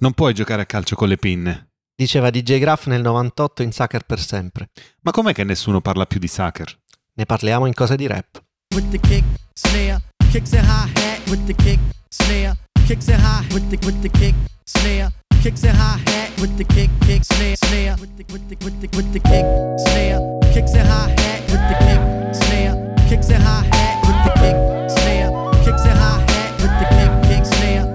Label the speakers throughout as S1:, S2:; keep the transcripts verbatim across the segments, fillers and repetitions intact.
S1: Non puoi giocare a calcio con le pinne.
S2: Diceva D J Graff nel novantotto in Sucker per sempre.
S1: Ma com'è che nessuno parla più di Sucker?
S2: Ne parliamo in Cose di Rap.
S3: With the kick, snare, kicks and hi-hat with the kick, snare, kicks and hi with the with the kick, snare, kicks and hi-hat with the kick, kick, snare, snare, with the with the with the with the kick, snare, kicks and hi-hat with the kick, snare, kicks and hi-hat with the kick, snare, kicks and hi-hat with the kick, kick, snare.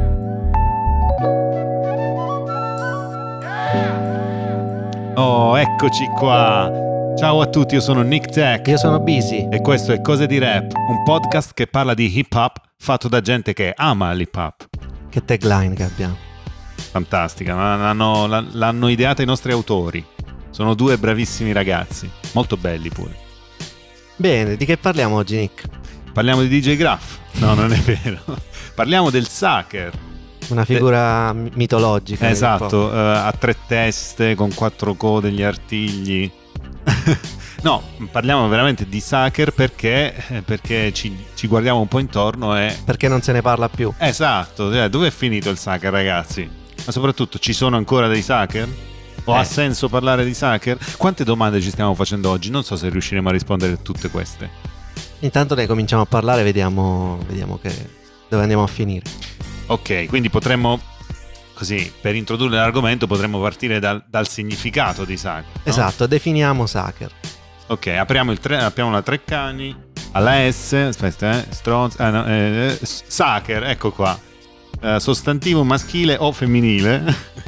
S1: Oh, eccoci qua. Ciao a tutti, io sono Nick Tech.
S2: Io sono Busy.
S1: E questo è Cose di Rap, un podcast che parla di hip hop fatto da gente che ama l'hip hop.
S2: Che tagline che abbiamo.
S1: Fantastica, ma l'hanno, l'hanno ideata i nostri autori. Sono due bravissimi ragazzi, molto belli pure.
S2: Bene, di che parliamo oggi, Nick?
S1: Parliamo di D J Graff? No, non è vero. Parliamo del Sucker.
S2: Una figura De... mitologica.
S1: Esatto, uh, a tre teste, con quattro code, gli artigli. No, parliamo veramente di Sucker perché, perché ci, ci guardiamo un po' intorno e...
S2: Perché non se ne parla più.
S1: Esatto, cioè, dove è finito il Sucker, ragazzi? Ma soprattutto, ci sono ancora dei Sucker? O eh. ha senso parlare di Sucker? Quante domande ci stiamo facendo oggi? Non so se riusciremo a rispondere a tutte queste.
S2: Intanto ne cominciamo a parlare, vediamo, vediamo che, dove andiamo a finire.
S1: Ok, quindi potremmo, così, per introdurre l'argomento, potremmo partire dal, dal significato di Sucker, no?
S2: Esatto, definiamo Sucker.
S1: Ok, apriamo, il tre, apriamo la Treccani, alla S, aspetta, eh, stronz, eh, no, eh, Sucker, ecco qua, eh, sostantivo maschile o femminile?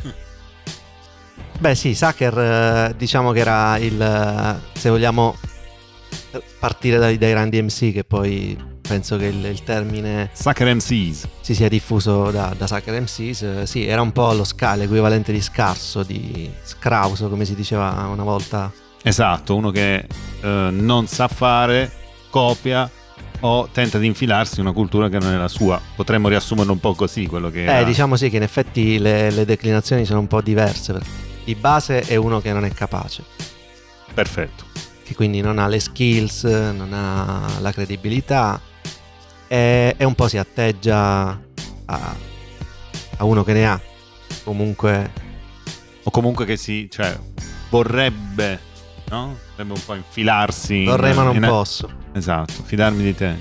S2: Beh sì, Sucker diciamo che era il, se vogliamo partire dai, dai grandi M C, che poi penso che il, il termine
S1: Sucker M Cs
S2: si sia diffuso da, da Sucker M Cs, sì, era un po' lo ska, l'equivalente di scarso, di scrauso, come si diceva una volta.
S1: Esatto, uno che eh, non sa fare, copia o tenta di infilarsi in una cultura che non è la sua. Potremmo riassumerlo un po' così, quello che era.
S2: Eh, diciamo sì, che in effetti le, le declinazioni sono un po' diverse, perché di base è uno che non è capace.
S1: Perfetto.
S2: Che quindi non ha le skills, non ha la credibilità e, e un po' si atteggia a, a uno che ne ha. Comunque...
S1: O comunque che si, cioè, vorrebbe... No? Deve un po' infilarsi.
S2: Vorrei,
S1: in,
S2: ma non
S1: in...
S2: posso.
S1: Esatto, fidarmi di te.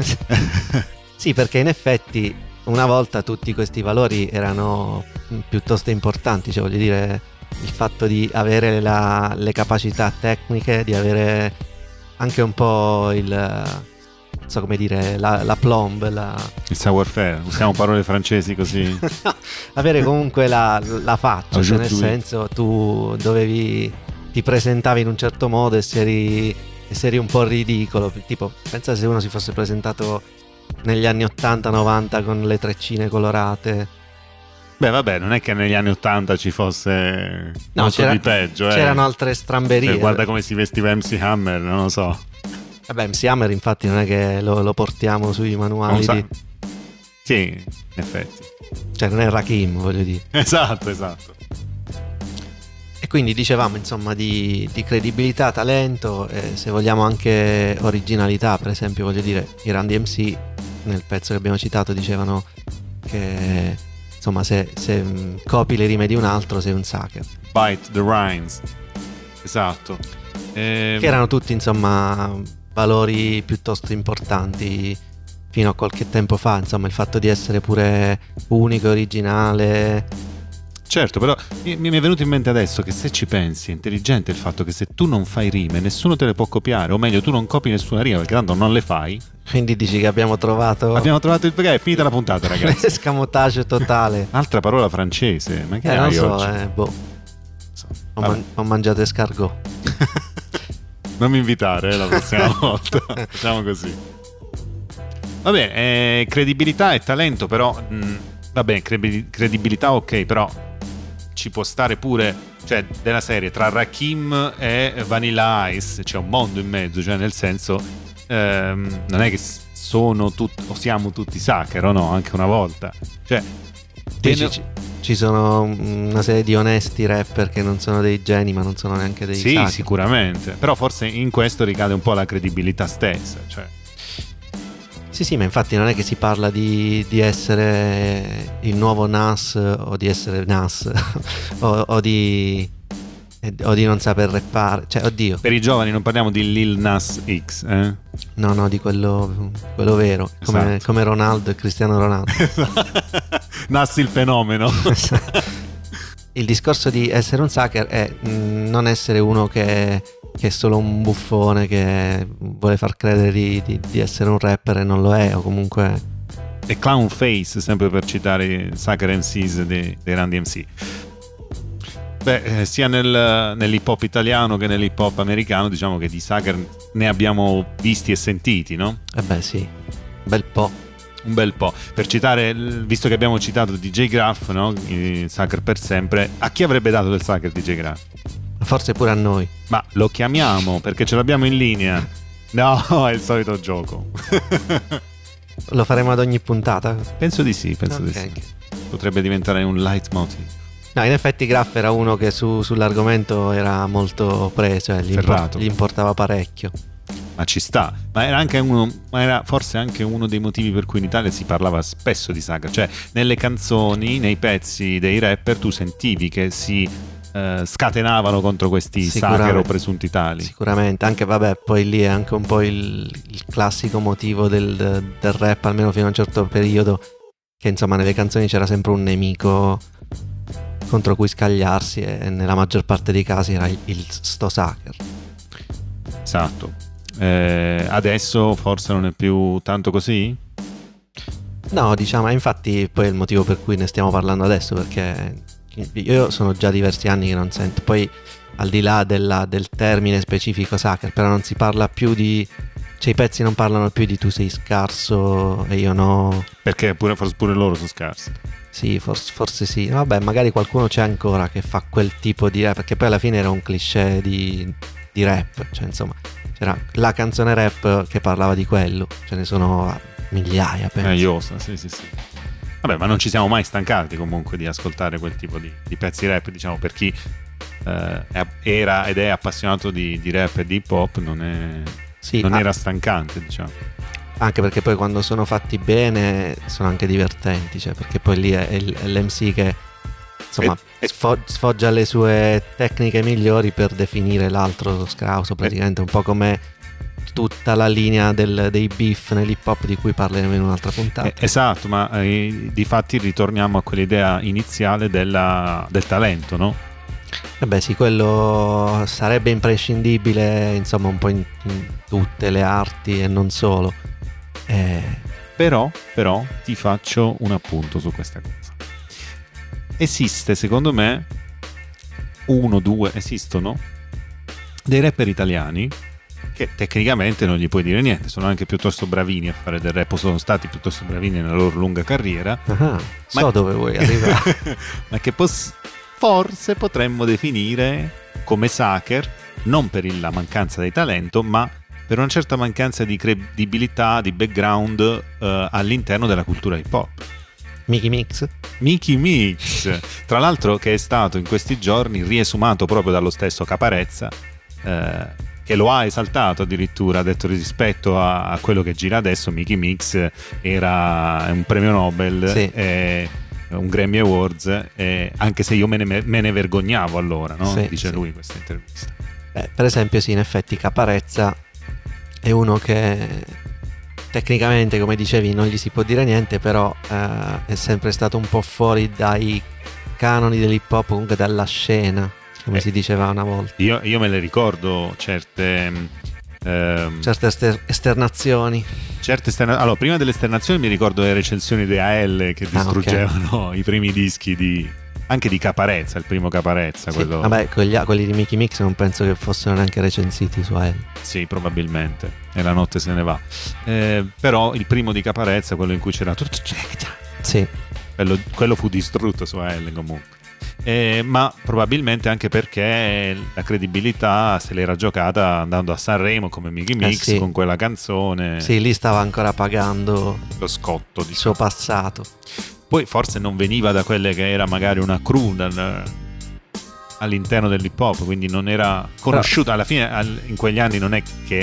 S2: Sì, perché in effetti una volta tutti questi valori erano piuttosto importanti, cioè voglio dire, il fatto di avere la, le capacità tecniche, di avere anche un po' il, non so come dire, la, la plomb, la...
S1: il savoir-faire, usiamo parole francesi così.
S2: Avere comunque la, la faccia, cioè nel senso tu dovevi... ti presentavi in un certo modo e se eri, e se eri un po' ridicolo, tipo pensa se uno si fosse presentato negli anni ottanta novanta con le treccine colorate.
S1: Beh vabbè, non è che negli anni ottanta ci fosse
S2: no,
S1: molto
S2: c'era,
S1: di peggio,
S2: c'erano
S1: eh.
S2: altre stramberie.
S1: Cioè, guarda come si vestiva M C Hammer, non lo so.
S2: Vabbè, M C Hammer infatti non è che lo, lo portiamo sui manuali sa- di...
S1: Sì, in effetti.
S2: Cioè non è Rakim, voglio dire.
S1: Esatto, esatto.
S2: E quindi dicevamo insomma di, di credibilità, talento e se vogliamo anche originalità. Per esempio voglio dire, i grandi M C nel pezzo che abbiamo citato dicevano che insomma se, se copi le rime di un altro sei un Sucker.
S1: Bite the rhymes. Esatto.
S2: Ehm... Che erano tutti insomma valori piuttosto importanti fino a qualche tempo fa, insomma il fatto di essere pure unico, originale.
S1: Certo, però mi è venuto in mente adesso che se ci pensi è intelligente il fatto che se tu non fai rime nessuno te le può copiare, o meglio tu non copi nessuna rima perché tanto non le fai.
S2: Quindi dici che abbiamo trovato
S1: abbiamo trovato il perché è finita la puntata, ragazzi.
S2: Escamotage totale.
S1: Altra parola francese, ma che
S2: eh,
S1: hai
S2: non so,
S1: oggi?
S2: Eh, boh.
S1: So,
S2: ho, man- ho mangiato escargot.
S1: Non mi invitare eh, la prossima volta. Facciamo così. Vabbè, eh, credibilità e talento però mh, vabbè, cre- credibilità ok, però ci può stare pure, cioè della serie tra Rakim e Vanilla Ice c'è un mondo in mezzo, cioè nel senso ehm, non è che sono tutti o siamo tutti Sucker o no, anche una volta, cioè
S2: Dici, ci, ci sono una serie di onesti rapper che non sono dei geni ma non sono neanche dei
S1: sì
S2: Sucker.
S1: Sicuramente, però forse in questo ricade un po' la credibilità stessa, cioè
S2: Sì, sì, ma infatti non è che si parla di, di essere il nuovo Nas o di essere Nas o, o di o di non saper rappare, cioè oddio.
S1: Per i giovani non parliamo di Lil Nas X, eh?
S2: No, no, di quello, quello vero, come,
S1: Esatto.
S2: come Ronaldo e Cristiano Ronaldo.
S1: Nas il fenomeno.
S2: Il discorso di essere un sucker è mh, non essere uno che, che è solo un buffone che vuole far credere di, di, di essere un rapper e non lo è, o comunque...
S1: E Clown Face, sempre per citare Sucker M Cs dei, dei Run D M C. Beh, eh, sia nel, nell'hip hop italiano che nell'hip hop americano, diciamo che di sucker ne abbiamo visti e sentiti, no?
S2: Eh beh sì, bel po'.
S1: Un bel po'. Per citare, visto che abbiamo citato D J Graff, no? Il Sucker per sempre, a chi avrebbe dato del Sucker D J Graff?
S2: Forse pure a noi.
S1: Ma lo chiamiamo perché ce l'abbiamo in linea. No, è il solito gioco.
S2: Lo faremo ad ogni puntata?
S1: Penso di sì, penso di
S2: Ok.
S1: sì. Potrebbe diventare un leitmotiv.
S2: No, in effetti Graff era uno che su, sull'argomento era molto preso, cioè gli, impor-
S1: Ferrato.
S2: gli importava parecchio.
S1: Ma ci sta. Ma era anche uno, ma era forse anche uno dei motivi per cui in Italia si parlava spesso di Sucker. Cioè, nelle canzoni, nei pezzi dei rapper, tu sentivi che si eh, scatenavano contro questi
S2: Sicuramente.
S1: Sucker o presunti tali.
S2: Sicuramente, anche vabbè, poi lì è anche un po' il, il classico motivo del, del rap, almeno fino a un certo periodo, che insomma nelle canzoni c'era sempre un nemico contro cui scagliarsi e nella maggior parte dei casi era il, il sto sucker.
S1: Esatto. Eh, adesso forse non è più tanto così?
S2: No, diciamo, infatti poi è il motivo per cui ne stiamo parlando adesso, perché io sono già diversi anni che non sento, poi al di là della, del termine specifico sucker, però non si parla più di, cioè i pezzi non parlano più di tu sei scarso e io no.
S1: Perché pure, forse pure loro sono scarsi.
S2: Sì, forse, forse sì. Vabbè, magari qualcuno c'è ancora che fa quel tipo di rap, perché poi alla fine era un cliché di, di rap, cioè insomma c'era la canzone rap che parlava di quello, ce ne sono migliaia, penso.
S1: Eh, Iosa, sì, sì, sì. Vabbè, ma non ci siamo mai stancati comunque di ascoltare quel tipo di, di pezzi rap, diciamo, per chi eh, era ed è appassionato di, di rap e di hip hop, non, è,
S2: Sì,
S1: non
S2: ah,
S1: era stancante, diciamo.
S2: anche perché poi quando sono fatti bene sono anche divertenti, cioè perché poi lì è, il- è l'M C che insomma
S1: E- e-
S2: sfo- sfoggia le sue tecniche migliori per definire l'altro scrauso, praticamente un po' come tutta la linea del- dei beef nell'hip hop di cui parleremo in un'altra puntata.
S1: Eh, esatto, ma eh, di fatti ritorniamo a quell'idea iniziale della- del talento, no?
S2: E beh sì, quello sarebbe imprescindibile insomma un po' in, in tutte le arti e non solo. Eh,
S1: Però, però, ti faccio un appunto su questa cosa. Esiste, secondo me, uno, due, esistono dei rapper italiani che tecnicamente non gli puoi dire niente, sono anche piuttosto bravini a fare del rap, o sono stati piuttosto bravini nella loro lunga carriera,
S2: ah, so
S1: Ma-
S2: dove vuoi arrivare.
S1: ma che pos- forse potremmo definire come sucker, non per il- la mancanza di talento, ma per una certa mancanza di credibilità, di background eh, all'interno della cultura hip hop.
S2: Mickey Mix?
S1: Mickey Mix, tra l'altro, che è stato in questi giorni riesumato proprio dallo stesso Caparezza, eh, che lo ha esaltato addirittura, ha detto rispetto a, a quello che gira adesso, Mickey Mix era un premio Nobel,
S2: Sì.
S1: e un Grammy Awards, e anche se io me ne, me ne vergognavo allora, no?
S2: Sì,
S1: Dice
S2: sì.
S1: lui in questa intervista.
S2: Beh, per esempio sì, in effetti Caparezza è uno che tecnicamente, come dicevi, non gli si può dire niente, però eh, è sempre stato un po' fuori dai canoni dell'hip hop, comunque dalla scena, come
S1: Eh.
S2: si diceva una volta.
S1: Io, io me le ricordo certe... ehm,
S2: Certe ester- esternazioni.
S1: Certe esterna- allora, prima delle esternazioni mi ricordo le recensioni di A L che
S2: Ah,
S1: distruggevano i primi dischi di, anche di Caparezza, il primo Caparezza,
S2: Sì,
S1: quello,
S2: vabbè, quelli, quelli di Mickey Mix non penso che fossero neanche recensiti su A L.
S1: sì, probabilmente, e la notte se ne va. Eh, però il primo di Caparezza, quello in cui c'era tutto,
S2: Sì,
S1: quello, quello fu distrutto su A L comunque. Eh, ma probabilmente anche perché la credibilità se l'era giocata andando a Sanremo come Mickey
S2: Eh,
S1: Mix,
S2: sì.
S1: con quella canzone,
S2: sì, lì stava ancora pagando
S1: lo scotto di
S2: il suo passato.
S1: Poi forse non veniva da quelle che era magari una crew dal- all'interno dell'hip hop, quindi non era conosciuta alla fine. Al- in quegli anni non è che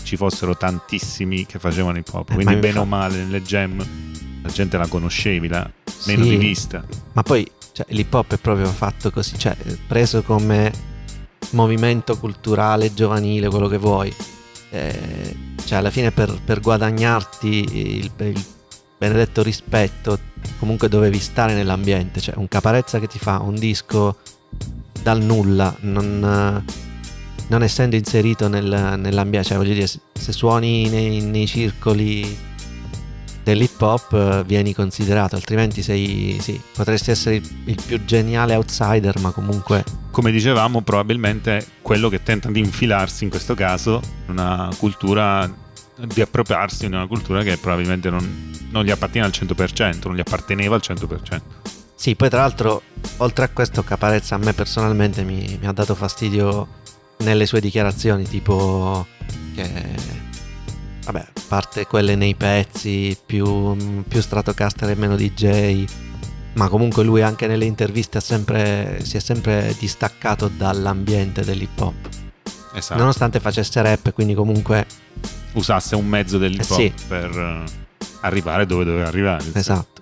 S1: ci fossero tantissimi che facevano hip hop,
S2: Eh,
S1: quindi
S2: ma
S1: bene o
S2: infa-
S1: male nelle jam la gente la conoscevi, la, meno
S2: Sì.
S1: di vista.
S2: Ma poi cioè, l'hip hop è proprio fatto così, cioè preso come movimento culturale giovanile, quello che vuoi. Eh, cioè alla fine per, per guadagnarti il, il benedetto rispetto comunque dovevi stare nell'ambiente. Cioè un Caparezza che ti fa un disco dal nulla, non, non essendo inserito nel, nell'ambiente, cioè voglio dire, se, se suoni nei, nei circoli dell'hip hop eh, vieni considerato, altrimenti sei, sì, potresti essere il, il più geniale outsider, ma comunque
S1: Come dicevamo, probabilmente quello che tenta di infilarsi in questo caso una cultura, di appropriarsi di una cultura che probabilmente non, non gli appartiene al cento per cento, non gli apparteneva al cento per cento.
S2: sì. Poi tra l'altro, oltre a questo, Caparezza a me personalmente mi, mi ha dato fastidio nelle sue dichiarazioni, tipo che vabbè, a parte quelle nei pezzi, più, più Stratocaster e meno D J, ma comunque lui anche nelle interviste ha sempre, si è sempre distaccato dall'ambiente dell'hip hop,
S1: Esatto.
S2: nonostante facesse rap, quindi comunque
S1: Usasse un mezzo dell'hip
S2: Eh,
S1: hop
S2: sì.
S1: per eh, arrivare dove doveva arrivare.
S2: esatto.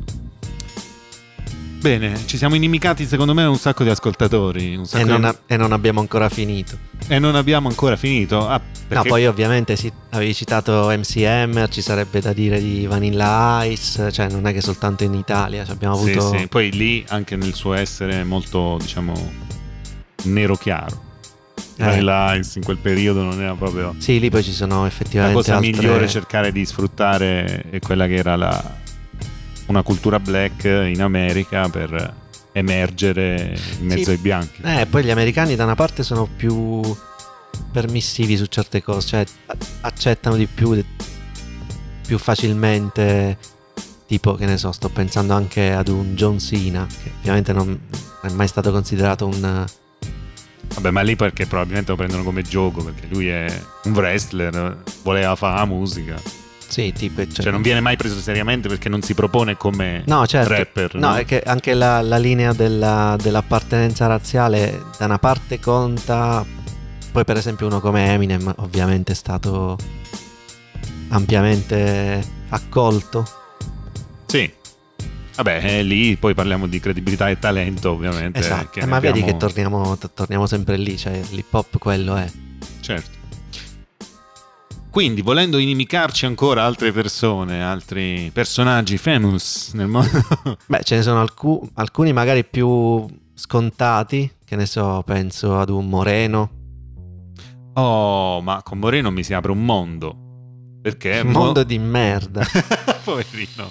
S1: Bene, ci siamo inimicati secondo me un sacco di ascoltatori, un sacco
S2: E non,
S1: di-
S2: ha- e non abbiamo ancora finito.
S1: e non abbiamo ancora finito. Ah,
S2: No,
S1: perché-
S2: poi ovviamente sì, avevi citato M C Hammer, ci sarebbe da dire di Vanilla Ice, cioè non è che soltanto in Italia, cioè abbiamo
S1: Sì,
S2: avuto...
S1: sì. Poi lì anche nel suo essere molto, diciamo, nero chiaro.
S2: Eh.
S1: Vanilla Ice in quel periodo non era proprio
S2: Sì, lì poi ci sono
S1: la
S2: effettivamente
S1: cosa
S2: altre...
S1: migliore, cercare di sfruttare è quella che era la, una cultura black in America per emergere in mezzo
S2: Sì.
S1: ai bianchi.
S2: Eh, poi gli americani da una parte sono più permissivi su certe cose, cioè a- accettano di più, più facilmente, tipo che ne so, sto pensando anche ad un John Cena, che ovviamente non è mai stato considerato un...
S1: Vabbè, ma lì perché probabilmente lo prendono come gioco, perché lui è un wrestler, voleva fare la musica.
S2: Sì, tipo... Cioè,
S1: Cioè non viene mai preso seriamente perché non si propone come
S2: No, certo.
S1: rapper.
S2: No, è che anche la, la linea della, dell'appartenenza razziale da una parte conta, poi per esempio uno come Eminem ovviamente è stato ampiamente accolto.
S1: Sì. Vabbè, eh, lì poi parliamo di credibilità e talento, ovviamente.
S2: Esatto,
S1: che
S2: eh,
S1: ne
S2: ma vedi
S1: abbiamo-
S2: che torniamo, t- torniamo sempre lì, cioè l'hip hop quello è.
S1: Certo. Quindi, volendo inimicarci ancora altre persone, altri personaggi famous nel mondo...
S2: Beh, ce ne sono alcu- alcuni magari più scontati, che ne so, penso ad un Moreno.
S1: Oh, ma con Moreno mi si apre un mondo. Perché...
S2: Un mondo di merda.
S1: Poverino.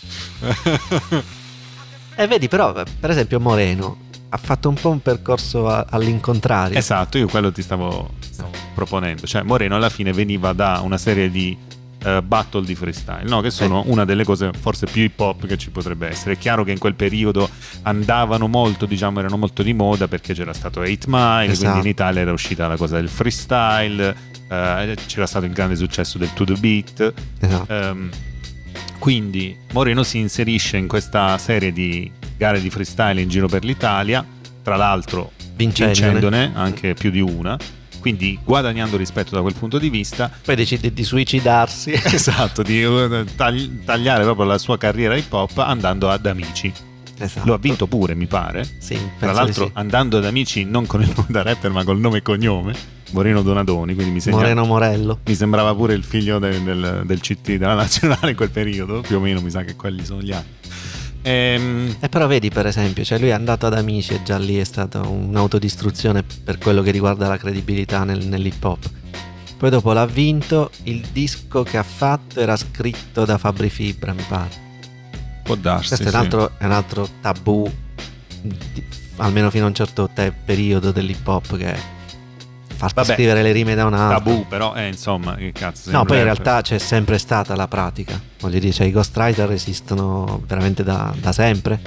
S2: E vedi però, per esempio Moreno ha fatto un po' un percorso a- all'incontrario.
S1: Esatto, io quello ti stavo, stavo proponendo. Cioè, Moreno alla fine veniva da una serie di eh, battle di freestyle, no? Che sono
S2: Eh.
S1: una delle cose forse più hip hop che ci potrebbe essere. È chiaro che in quel periodo andavano molto, diciamo, erano molto di moda perché c'era stato eight Mile,
S2: Esatto.
S1: quindi in Italia era uscita la cosa del freestyle, eh, c'era stato il grande successo del to the beat.
S2: Esatto.
S1: Ehm, quindi Moreno si inserisce in questa serie di gare di freestyle in giro per l'Italia, tra l'altro
S2: Vincendone.
S1: vincendone anche più di una, quindi guadagnando rispetto da quel punto di vista.
S2: Poi decide di suicidarsi.
S1: Esatto, di eh, tagli- tagliare proprio la sua carriera hip hop andando ad Amici.
S2: Esatto.
S1: Lo ha vinto pure, mi pare.
S2: Sì,
S1: Tra
S2: penso
S1: l'altro
S2: di sì.
S1: andando ad Amici non con il nome da rapper ma col nome e cognome, Moreno Donadoni, quindi mi segna-
S2: Moreno Morello.
S1: mi sembrava pure il figlio del, del, del C T della nazionale in quel periodo, più o meno mi sa che quelli sono gli anni. Ehm,
S2: E però vedi per esempio, cioè lui è andato ad Amici e già lì è stata un'autodistruzione per quello che riguarda la credibilità nel, nell'hip hop. Poi dopo l'ha vinto, il disco che ha fatto era scritto da Fabri Fibra, mi pare.
S1: può darsi.
S2: Questo è, un
S1: sì.
S2: altro, è un altro tabù, di- almeno fino a un certo te- periodo dell'hip hop, che è farti
S1: Vabbè,
S2: scrivere le rime da un altro.
S1: Tabù, però, eh, insomma, che cazzo. sei
S2: No,
S1: un
S2: poi in
S1: rapper.
S2: realtà c'è sempre stata la pratica. Voglio dire, cioè, i ghostwriter esistono veramente da, da sempre.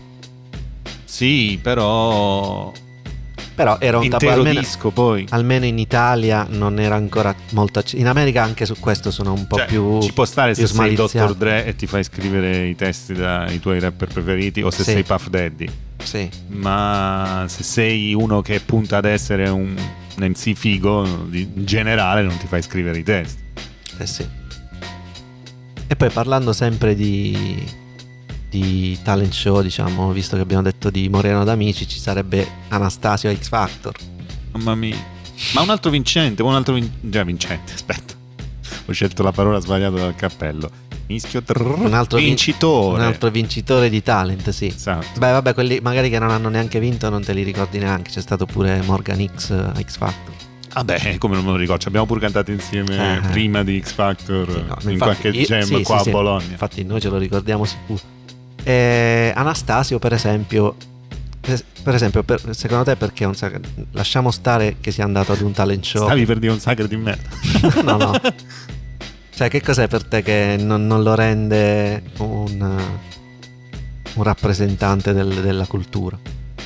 S1: Sì, però.
S2: Però era un tabù,
S1: Intero
S2: almeno,
S1: disco poi.
S2: almeno in Italia non era ancora molto acc- in America anche su questo sono un po'
S1: Cioè,
S2: più
S1: ci può stare
S2: più
S1: se sei
S2: smaliziato.
S1: dottor Dre e ti fai scrivere i testi dai tuoi rapper preferiti, o se
S2: Sì.
S1: sei Puff Daddy.
S2: Sì,
S1: Ma se sei uno che punta ad essere un, un M C figo, di- in generale non ti fai scrivere i testi.
S2: Eh sì. E poi parlando sempre di, di talent show, diciamo, visto che abbiamo detto di Moreno d'Amici, ci sarebbe Anastasio X Factor.
S1: Mamma mia. Ma un altro vincente, un altro vin- già vincente, aspetta. Ho scelto la parola sbagliata dal cappello. Mischio trrr,
S2: Un altro vin-
S1: vincitore.
S2: Un altro vincitore di talent, sì.
S1: Esatto.
S2: Beh, vabbè, quelli magari che non hanno neanche vinto non te li ricordi neanche. C'è stato pure Morgan X a X Factor.
S1: Vabbè, come non me lo ricordo, ci abbiamo pure cantato insieme
S2: Eh.
S1: prima di X Factor,
S2: Sì, no,
S1: in
S2: infatti
S1: qualche
S2: io-
S1: jam
S2: sì,
S1: qua
S2: sì,
S1: a
S2: sì.
S1: Bologna.
S2: Infatti noi ce lo ricordiamo sicuro. E Anastasio, per esempio, per per esempio, per- secondo te perché un sac- lasciamo stare che sia andato ad un talent show?
S1: Stavi per dire un sacro di merda.
S2: No, no. Cioè, che cos'è per te che non, non lo rende un, un rappresentante del- della cultura?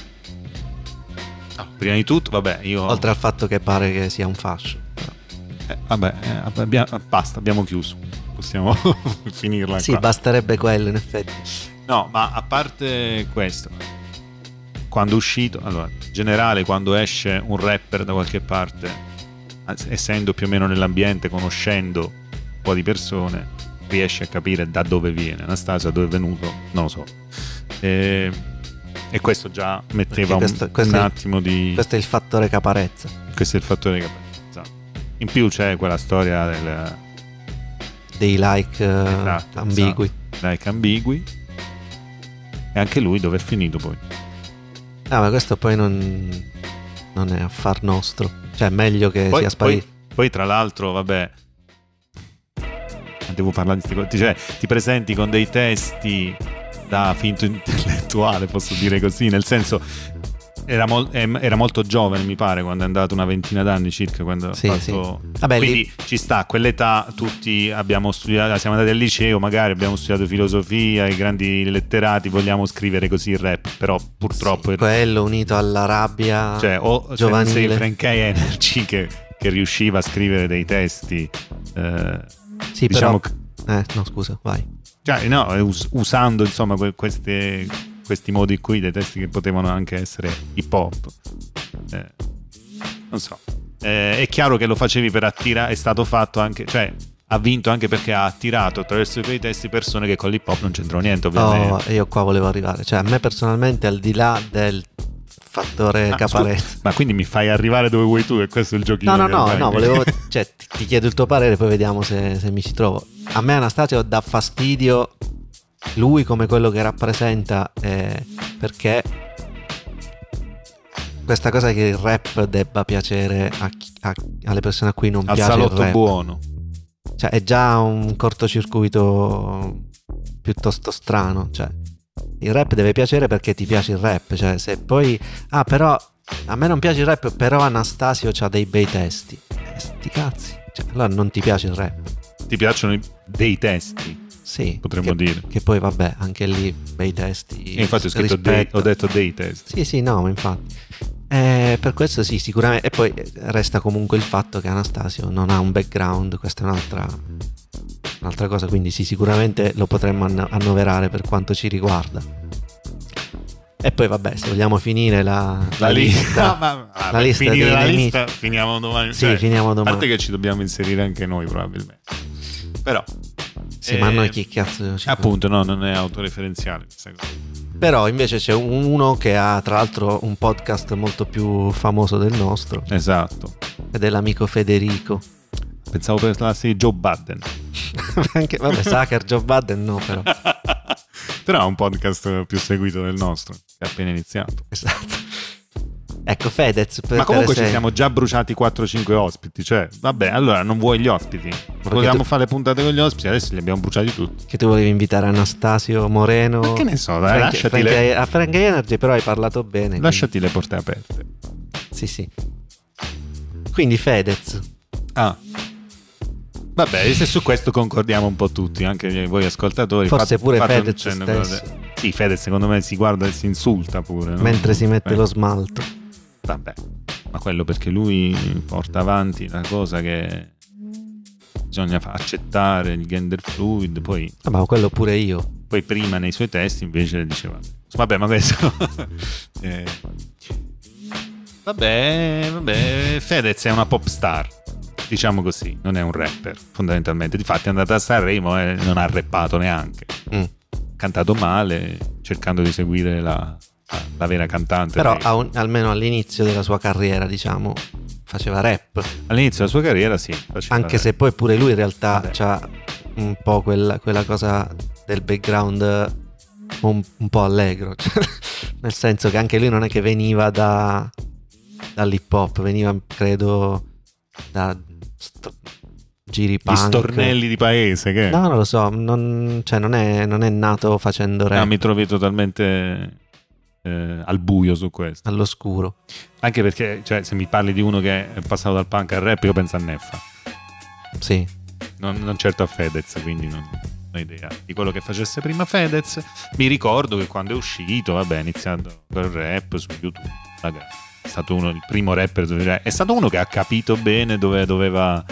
S1: No, prima di tutto, vabbè, io...
S2: Oltre al fatto che pare che sia un fascio.
S1: Eh, vabbè, eh, abbia- basta, abbiamo chiuso. Possiamo finirla
S2: Sì,
S1: qua.
S2: basterebbe quello, in effetti.
S1: No, ma a parte questo, quando è uscito, allora, in generale, quando esce un rapper da qualche parte, essendo più o meno nell'ambiente, conoscendo un po' di persone, riesce a capire da dove viene. Anastasio, da dove è venuto, non lo so. E, e questo già metteva
S2: Perché questo-
S1: un,
S2: questo
S1: un
S2: è-
S1: attimo di...
S2: Questo è il fattore caparezza.
S1: Questo è il fattore che... esatto. In più c'è quella storia del...
S2: Dei like eh,
S1: Esatto,
S2: ambigui.
S1: esatto. Like ambigui. E anche lui dove è finito poi?
S2: Ah, ma questo poi non, non è affar nostro. Cioè, è meglio che
S1: Poi,
S2: sia sparito.
S1: poi, poi tra l'altro, vabbè, devo parlare di queste cose. Cioè, ti presenti con dei testi da finto intellettuale, posso dire così, nel senso era, mol- em- era molto giovane, mi pare, quando è andato, una ventina d'anni circa, quando
S2: Sì,
S1: ha fatto...
S2: sì. Vabbè,
S1: quindi
S2: lì-
S1: ci sta, a quell'età tutti abbiamo studiato, siamo andati al liceo, magari abbiamo studiato filosofia, i grandi letterati, vogliamo scrivere così il rap, però purtroppo
S2: Sì,
S1: il-
S2: quello unito alla rabbia
S1: cioè, o se
S2: giovanile.
S1: sei Frankie Energy che, che riusciva a scrivere dei testi, eh,
S2: Sì,
S1: diciamo,
S2: però... Eh, no, scusa, vai.
S1: cioè, no, us- usando insomma que- queste, questi modi qui, dei testi che potevano anche essere hip hop, eh, non so. Eh, è chiaro che lo facevi per attirare, è stato fatto anche, cioè ha vinto anche perché ha attirato attraverso i suoi testi persone che con l'hip hop non c'entrano niente, ovviamente.
S2: Oh, io qua volevo arrivare. Cioè, a me personalmente, al di là del fattore
S1: Ah,
S2: caparezza...
S1: scusa, ma quindi mi fai arrivare dove vuoi tu, e questo è il giochino?
S2: No, no,
S1: che
S2: no,
S1: fai?
S2: no, volevo... Cioè, ti, ti chiedo il tuo parere, poi vediamo se, se mi ci trovo. A me Anastasio dà fastidio lui come quello che rappresenta, eh, perché questa cosa che il rap debba piacere a chi- a- alle persone a cui non
S1: Al
S2: piace il
S1: salotto
S2: rap.
S1: buono.
S2: Cioè, è già un cortocircuito piuttosto strano. Cioè, il rap deve piacere perché ti piace il rap. Cioè, se poi... Ah, però... A me non piace il rap, però Anastasio c'ha dei bei testi. Eh, sti cazzi. Cioè, allora non ti piace il rap.
S1: Ti piacciono i- dei testi,
S2: Sì.
S1: potremmo
S2: che,
S1: dire.
S2: Che poi, vabbè, anche lì bei testi.
S1: E infatti ho scritto dei,
S2: rispetto.
S1: ho detto dei testi.
S2: Sì, sì, no, ma infatti. Eh, per questo sì, sicuramente. E poi resta comunque il fatto che Anastasio non ha un background, questa è un'altra, un'altra cosa, quindi sì, sicuramente lo potremmo anno- annoverare per quanto ci riguarda. E poi vabbè, se vogliamo finire la,
S1: La lista,
S2: la
S1: ma, ah,
S2: la
S1: per
S2: lista
S1: finire
S2: dei
S1: la
S2: nemici.
S1: lista finiamo domani.
S2: Sì, finiamo
S1: A
S2: domani.
S1: parte che ci dobbiamo inserire anche noi probabilmente. Però
S2: Sì,
S1: eh,
S2: ma noi chi cazzo ci
S1: appunto no, non è autoreferenziale questa cosa.
S2: Però invece c'è uno che ha tra l'altro un podcast molto più famoso del nostro,
S1: Esatto.
S2: ed è l'amico Federico.
S1: Pensavo parlassi di Joe Budden.
S2: Anche, vabbè, Sacher, Joe Budden no, però.
S1: Però è un podcast più seguito del nostro, che è appena iniziato.
S2: Esatto. Ecco, Fedez per,
S1: Ma comunque
S2: per
S1: ci
S2: esempio.
S1: siamo già bruciati quattro cinque ospiti. Cioè, vabbè, allora non vuoi gli ospiti. Volevamo
S2: tu-
S1: fare le puntate con gli ospiti, adesso li abbiamo bruciati tutti.
S2: Che tu volevi invitare Anastasio Moreno.
S1: Ma che ne so, dai,
S2: Frank-
S1: lasciati
S2: Frank-
S1: le-
S2: A Frank Energy però hai parlato bene.
S1: Lasciati le porte aperte.
S2: quindi- Sì, sì. Quindi Fedez.
S1: Ah. Vabbè, se su questo concordiamo un po' tutti, anche voi ascoltatori.
S2: Forse
S1: fate-
S2: pure
S1: fate un
S2: Fedez
S1: cenno
S2: stesso.
S1: cose- Sì, Fedez secondo me si guarda e si insulta pure, no?
S2: Mentre si mette
S1: Eh,
S2: lo smalto.
S1: Vabbè, ma quello perché lui porta avanti la cosa che bisogna fa- accettare il gender fluid, poi,
S2: Ah, ma quello pure io.
S1: poi prima nei suoi testi invece diceva vabbè, ma questo eh. vabbè, vabbè, Fedez è una pop star, diciamo così, non è un rapper fondamentalmente. Difatti è andato a Sanremo e non ha rappato neanche, mm. cantato male, cercando di seguire la, la vera cantante.
S2: Però un, almeno all'inizio della sua carriera, diciamo, faceva rap.
S1: All'inizio della sua carriera sì,
S2: anche
S1: rap.
S2: Se poi pure lui in realtà c'ha un po' quella, quella cosa del background un, un po' allegro, nel senso che anche lui non è che veniva da dall'hip hop, veniva credo da st- giri punk,
S1: gli stornelli di paese che...
S2: no non lo so, non, cioè non è, non è nato facendo rap.
S1: No, mi trovi totalmente eh, al buio su questo,
S2: all'oscuro,
S1: anche perché cioè, se mi parli di uno che è passato dal punk al rap io penso a Neffa,
S2: sì,
S1: non, non certo a Fedez, quindi non ho idea di quello che facesse prima Fedez. Mi ricordo che quando è uscito, vabbè, iniziando col rap su YouTube, magari è stato uno, il primo rapper, è stato uno che ha capito bene dove doveva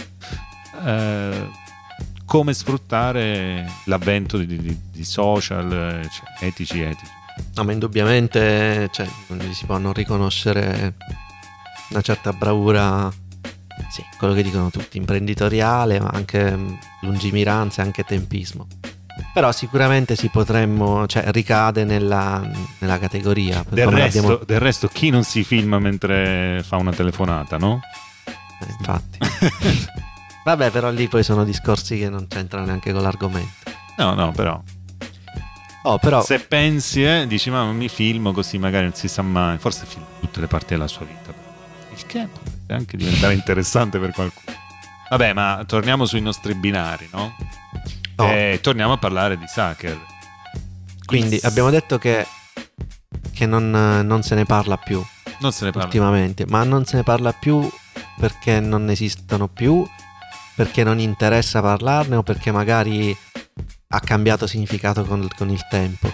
S1: eh, come sfruttare l'avvento di, di, di social, cioè, etici etici.
S2: No, ma indubbiamente, cioè, non gli si può non riconoscere una certa bravura, sì, quello che dicono tutti, imprenditoriale, ma anche lungimiranza e anche tempismo. Però sicuramente si potremmo, cioè ricade nella, nella categoria.
S1: Del resto,
S2: abbiamo...
S1: del resto chi non si filma mentre fa una telefonata, no?
S2: Eh, infatti. Vabbè, però lì poi sono discorsi che non c'entrano neanche con l'argomento.
S1: No, no, però...
S2: Oh, però...
S1: Se pensi, eh, dici, ma mi filmo così magari non si sa mai. Forse filma tutte le parti della sua vita. Il che potrebbe anche diventare interessante per qualcuno. Vabbè, ma torniamo sui nostri binari, no?
S2: Oh.
S1: E torniamo a parlare di Saker.
S2: Quindi
S1: Is...
S2: abbiamo detto che, che non, non se ne parla più.
S1: Non se ne parla
S2: ultimamente, ma non se ne parla più perché non esistono più, perché non interessa parlarne o perché magari ha cambiato significato con, con il tempo.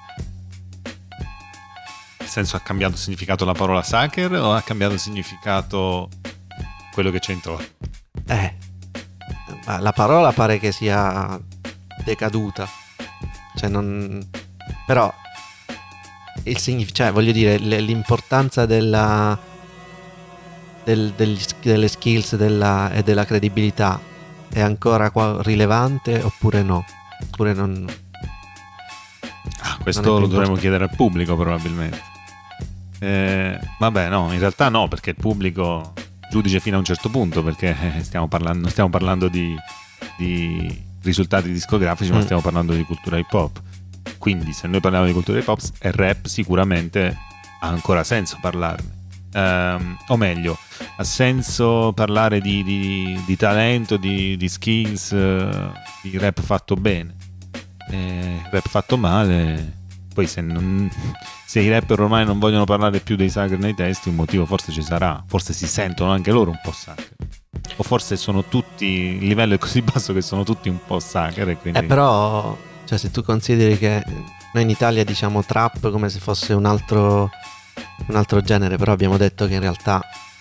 S1: Nel senso, ha cambiato significato la parola Saker o ha cambiato significato quello che c'è intorno?
S2: Eh, la parola pare che sia decaduta, cioè non, però il significato, cioè voglio dire, l'importanza della del, degli, delle skills della, e della credibilità è ancora qua rilevante oppure no? Oppure non...
S1: Ah, questo lo dovremmo chiedere al pubblico probabilmente. Eh, vabbè, no, in realtà no, perché il pubblico giudice fino a un certo punto, perché stiamo parlando, non stiamo parlando di, di risultati discografici, ma stiamo parlando di cultura hip hop. Quindi se noi parliamo di cultura hip hop e rap, sicuramente ha ancora senso parlarne. Um, o meglio, ha senso parlare di, di, di talento, di, di skills, uh, di rap fatto bene. Eh, rap fatto male, poi se, non, se i rapper ormai non vogliono parlare più dei Saker nei testi, un motivo forse ci sarà, forse si sentono anche loro un po' Saker, o forse sono tutti, il livello è così basso che sono tutti un po' Saker e quindi...
S2: Eh però, cioè se tu consideri che noi in Italia diciamo trap come se fosse un altro un altro genere, però abbiamo detto che in realtà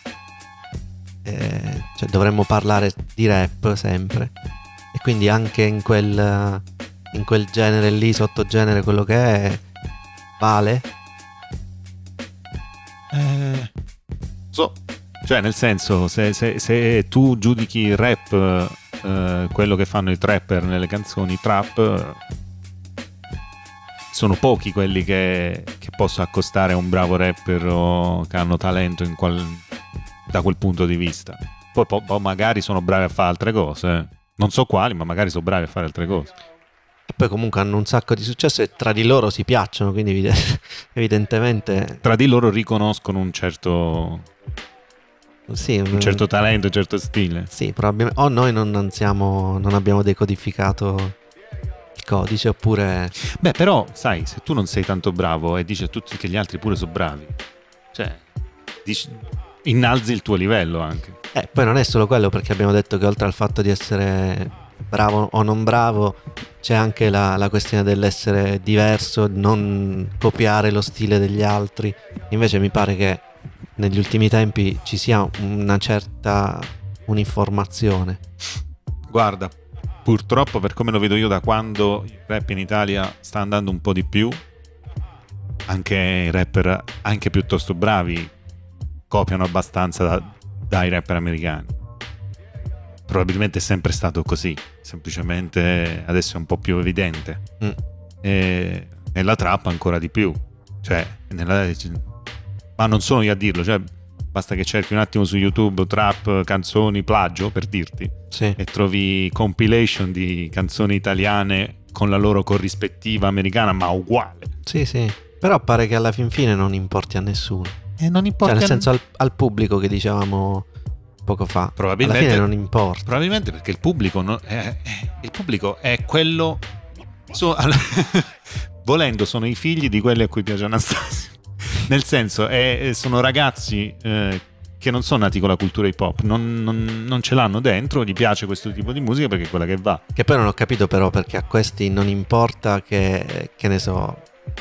S2: eh, cioè dovremmo parlare di rap sempre, e quindi anche in quel in quel genere lì, sottogenere, quello che è, vale?
S1: Eh, so, cioè nel senso, se, se, se tu giudichi il rap eh, quello che fanno i trapper nelle canzoni trap, sono pochi quelli che, che posso accostare a un bravo rapper o che hanno talento in qual, da quel punto di vista. Poi, poi magari sono bravi a fare altre cose, non so quali, ma magari sono bravi a fare altre cose.
S2: E poi comunque hanno un sacco di successo e tra di loro si piacciono, quindi evidentemente
S1: tra di loro riconoscono un certo
S2: sì,
S1: un certo talento, un certo stile.
S2: Sì, probabilmente o noi non, non siamo non abbiamo decodificato il codice, oppure...
S1: Beh, però sai, se tu non sei tanto bravo e dici a tutti che gli altri pure sono bravi, cioè dici, innalzi il tuo livello anche.
S2: Eh, poi non è solo quello, perché abbiamo detto che oltre al fatto di essere bravo o non bravo c'è anche la, la questione dell'essere diverso, non copiare lo stile degli altri. Invece mi pare che negli ultimi tempi ci sia una certa uniformazione.
S1: Guarda, purtroppo, per come lo vedo io, da quando il rap in Italia sta andando un po' di più, anche i rapper anche piuttosto bravi copiano abbastanza da, dai rapper americani. probabilmente è sempre stato così, semplicemente adesso è un po' più evidente.
S2: Mm.
S1: E nella trap ancora di più, cioè nella... ma non sono io a dirlo, cioè basta che cerchi un attimo su YouTube trap, canzoni, plagio, per dirti,
S2: Sì.
S1: e trovi compilation di canzoni italiane con la loro corrispettiva americana, ma uguale.
S2: Sì, sì. Però pare che alla fin fine non importi a nessuno.
S1: E non importa,
S2: Cioè, nel senso, al, al pubblico, che dicevamo poco fa,
S1: probabilmente
S2: alla fine non importa.
S1: Probabilmente perché il pubblico non, è, è- il pubblico è quello so- al- volendo sono i figli di quelli a cui piace Anastasia. Nel senso, è- sono ragazzi eh, che non sono nati con la cultura hip hop, non, non- non ce l'hanno dentro, gli piace questo tipo di musica perché è quella che va.
S2: Che poi non ho capito però perché a questi non importa che, che ne so,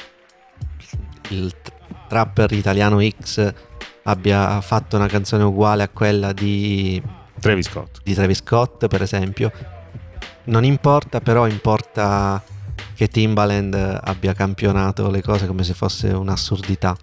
S2: il t- trapper italiano X abbia fatto una canzone uguale a quella di,
S1: Travis Scott.
S2: di Travis Scott, per esempio. Non importa, però importa che Timbaland abbia campionato le cose come se fosse un'assurdità.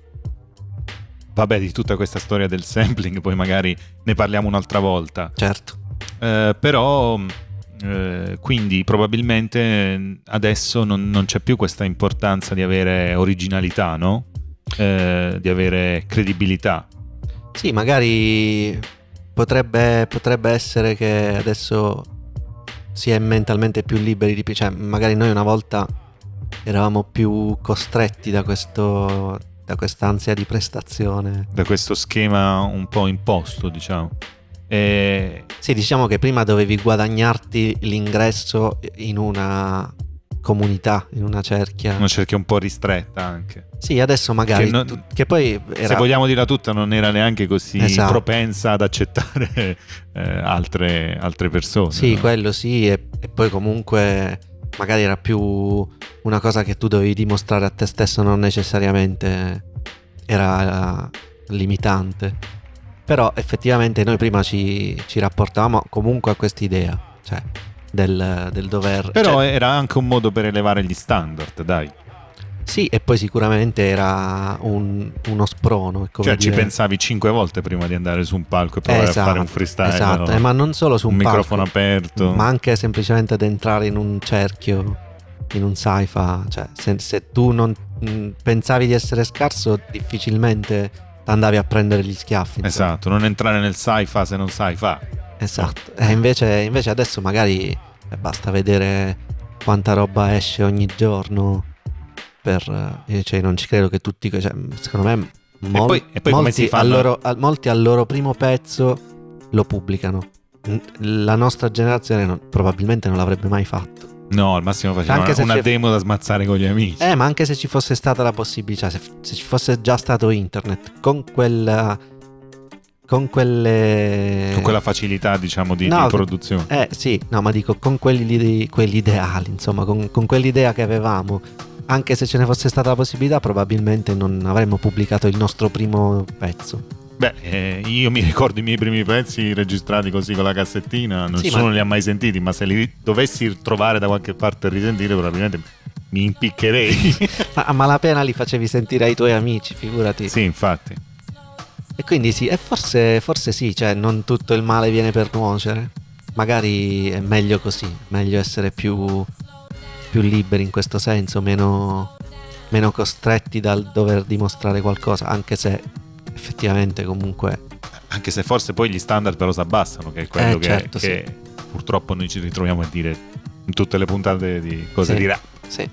S1: Vabbè, di tutta questa storia del sampling poi magari ne parliamo un'altra volta.
S2: Certo.
S1: Eh, però eh, quindi probabilmente adesso non, non c'è più questa importanza di avere originalità, no? Eh, di avere credibilità.
S2: Sì, magari potrebbe, potrebbe essere che adesso si è mentalmente più liberi di più, cioè magari noi una volta eravamo più costretti da questo, da quest'ansia di prestazione.
S1: Da questo schema un po' imposto, diciamo. E
S2: Sì, diciamo che prima dovevi guadagnarti l'ingresso in una comunità, in una cerchia.
S1: una cerchia un po' ristretta anche.
S2: Sì, adesso magari
S1: Che non-
S2: tu- che poi era...
S1: Se vogliamo dirla tutta, non era neanche così
S2: Esatto.
S1: propensa ad accettare eh, altre, altre persone.
S2: Sì,
S1: no?
S2: quello sì, e, e poi comunque magari era più una cosa che tu dovevi dimostrare a te stesso, non necessariamente era limitante. Però effettivamente noi prima ci, ci rapportavamo comunque a quest'idea, cioè del, del dover...
S1: Però
S2: cioè,
S1: era anche un modo per elevare gli standard, dai.
S2: sì, e poi sicuramente era un- uno sprono. è come
S1: Cioè ci
S2: dire-
S1: pensavi cinque volte prima di andare su un palco e provare
S2: Esatto,
S1: a fare un freestyle.
S2: esatto,
S1: no?
S2: eh, ma non solo su un,
S1: un
S2: palco,
S1: microfono aperto.
S2: ma anche semplicemente ad entrare in un cerchio, in un sci-fi. Cioè, se, se tu non mh, pensavi di essere scarso, difficilmente andavi a prendere gli schiaffi. insomma.
S1: Esatto, non entrare nel sci-fi se non sai fa.
S2: Esatto. E invece, invece adesso magari eh, basta vedere quanta roba esce ogni giorno. Per, eh, cioè, non ci credo che tutti, cioè, secondo me, mol-
S1: poi- e poi come
S2: molti,
S1: si fanno?
S2: al loro, al- molti al loro primo pezzo lo pubblicano. N- La nostra generazione non- probabilmente non l'avrebbe mai fatto.
S1: No, al massimo faceva
S2: Anche se
S1: una
S2: c'è-
S1: demo da smazzare con gli amici.
S2: Eh, ma anche se ci fosse stata la possibilità, se, se ci fosse già stato internet, con quella. Con quelle.
S1: Con quella facilità, diciamo, di,
S2: No,
S1: di produzione.
S2: Eh sì, no, ma dico con quelli, lì- quelli ideali, insomma, con, con quell'idea che avevamo. Anche se ce ne fosse stata la possibilità, probabilmente non avremmo pubblicato il nostro primo pezzo.
S1: Beh, eh, io mi ricordo i miei primi pezzi registrati così con la cassettina, non
S2: Sì,
S1: nessuno
S2: ma-
S1: li ha mai sentiti, ma se li dovessi trovare da qualche parte e risentire, probabilmente mi impiccherei.
S2: Ma a malapena li facevi sentire ai tuoi amici, figurati.
S1: Sì, infatti.
S2: E quindi sì, e forse, forse sì, cioè non tutto il male viene per nuocere. Magari è meglio così, meglio essere più, più liberi in questo senso, meno, meno costretti dal dover dimostrare qualcosa, anche se effettivamente comunque...
S1: Anche se forse poi gli standard però si abbassano, che è quello
S2: Eh,
S1: che,
S2: certo,
S1: che purtroppo noi ci ritroviamo a dire in tutte le puntate di cose
S2: Sì.
S1: di rap.
S2: Sì.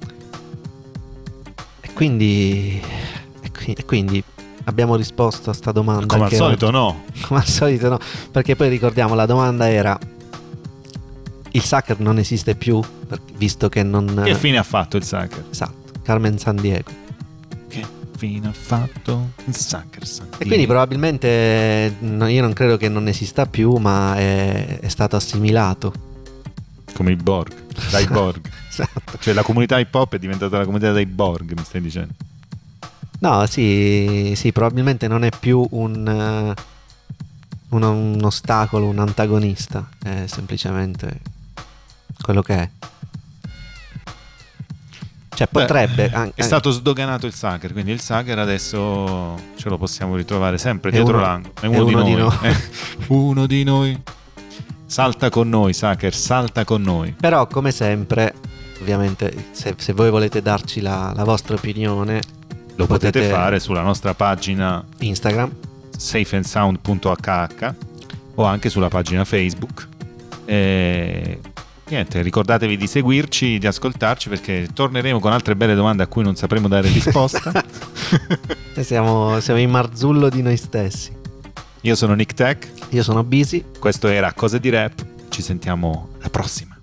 S2: E quindi, e qui- e quindi abbiamo risposto a sta domanda.
S1: Come al
S2: che
S1: solito
S2: oggi-
S1: no.
S2: Come al solito no, perché poi ricordiamo la domanda era: il Sucker non esiste più, per- visto che non...
S1: Che fine ha fatto il Sucker?
S2: Esatto, Carmen Sandiego.
S1: Che fine ha fatto il Sucker?
S2: E quindi probabilmente no, io non credo che non esista più, ma è, è stato assimilato.
S1: Come i Borg, dai Borg.
S2: Esatto.
S1: Cioè la comunità hip hop è diventata la comunità dei Borg, mi stai dicendo?
S2: No, sì, sì, probabilmente non è più un, eh, un, un ostacolo, un antagonista, è semplicemente quello che è. Cioè potrebbe...
S1: Beh,
S2: an-
S1: è stato sdoganato il Sucker, quindi il Sucker adesso ce lo possiamo ritrovare sempre
S2: È
S1: dietro
S2: uno-
S1: l'angolo. È
S2: è
S1: uno, di
S2: uno
S1: noi.
S2: di noi.
S1: Eh, uno di noi. Salta con noi, Sacher, salta con noi.
S2: Però come sempre, ovviamente, se, se voi volete darci la, la vostra opinione,
S1: lo potete, potete fare sulla nostra pagina
S2: Instagram
S1: safe and sound punto h h o anche sulla pagina Facebook. E niente, ricordatevi di seguirci, di ascoltarci, perché torneremo con altre belle domande a cui non sapremo dare risposta.
S2: siamo, siamo in marzullo di noi stessi.
S1: Io sono Nick Tech.
S2: Io sono Busy.
S1: Questo era Cose di Rap. Ci sentiamo la prossima.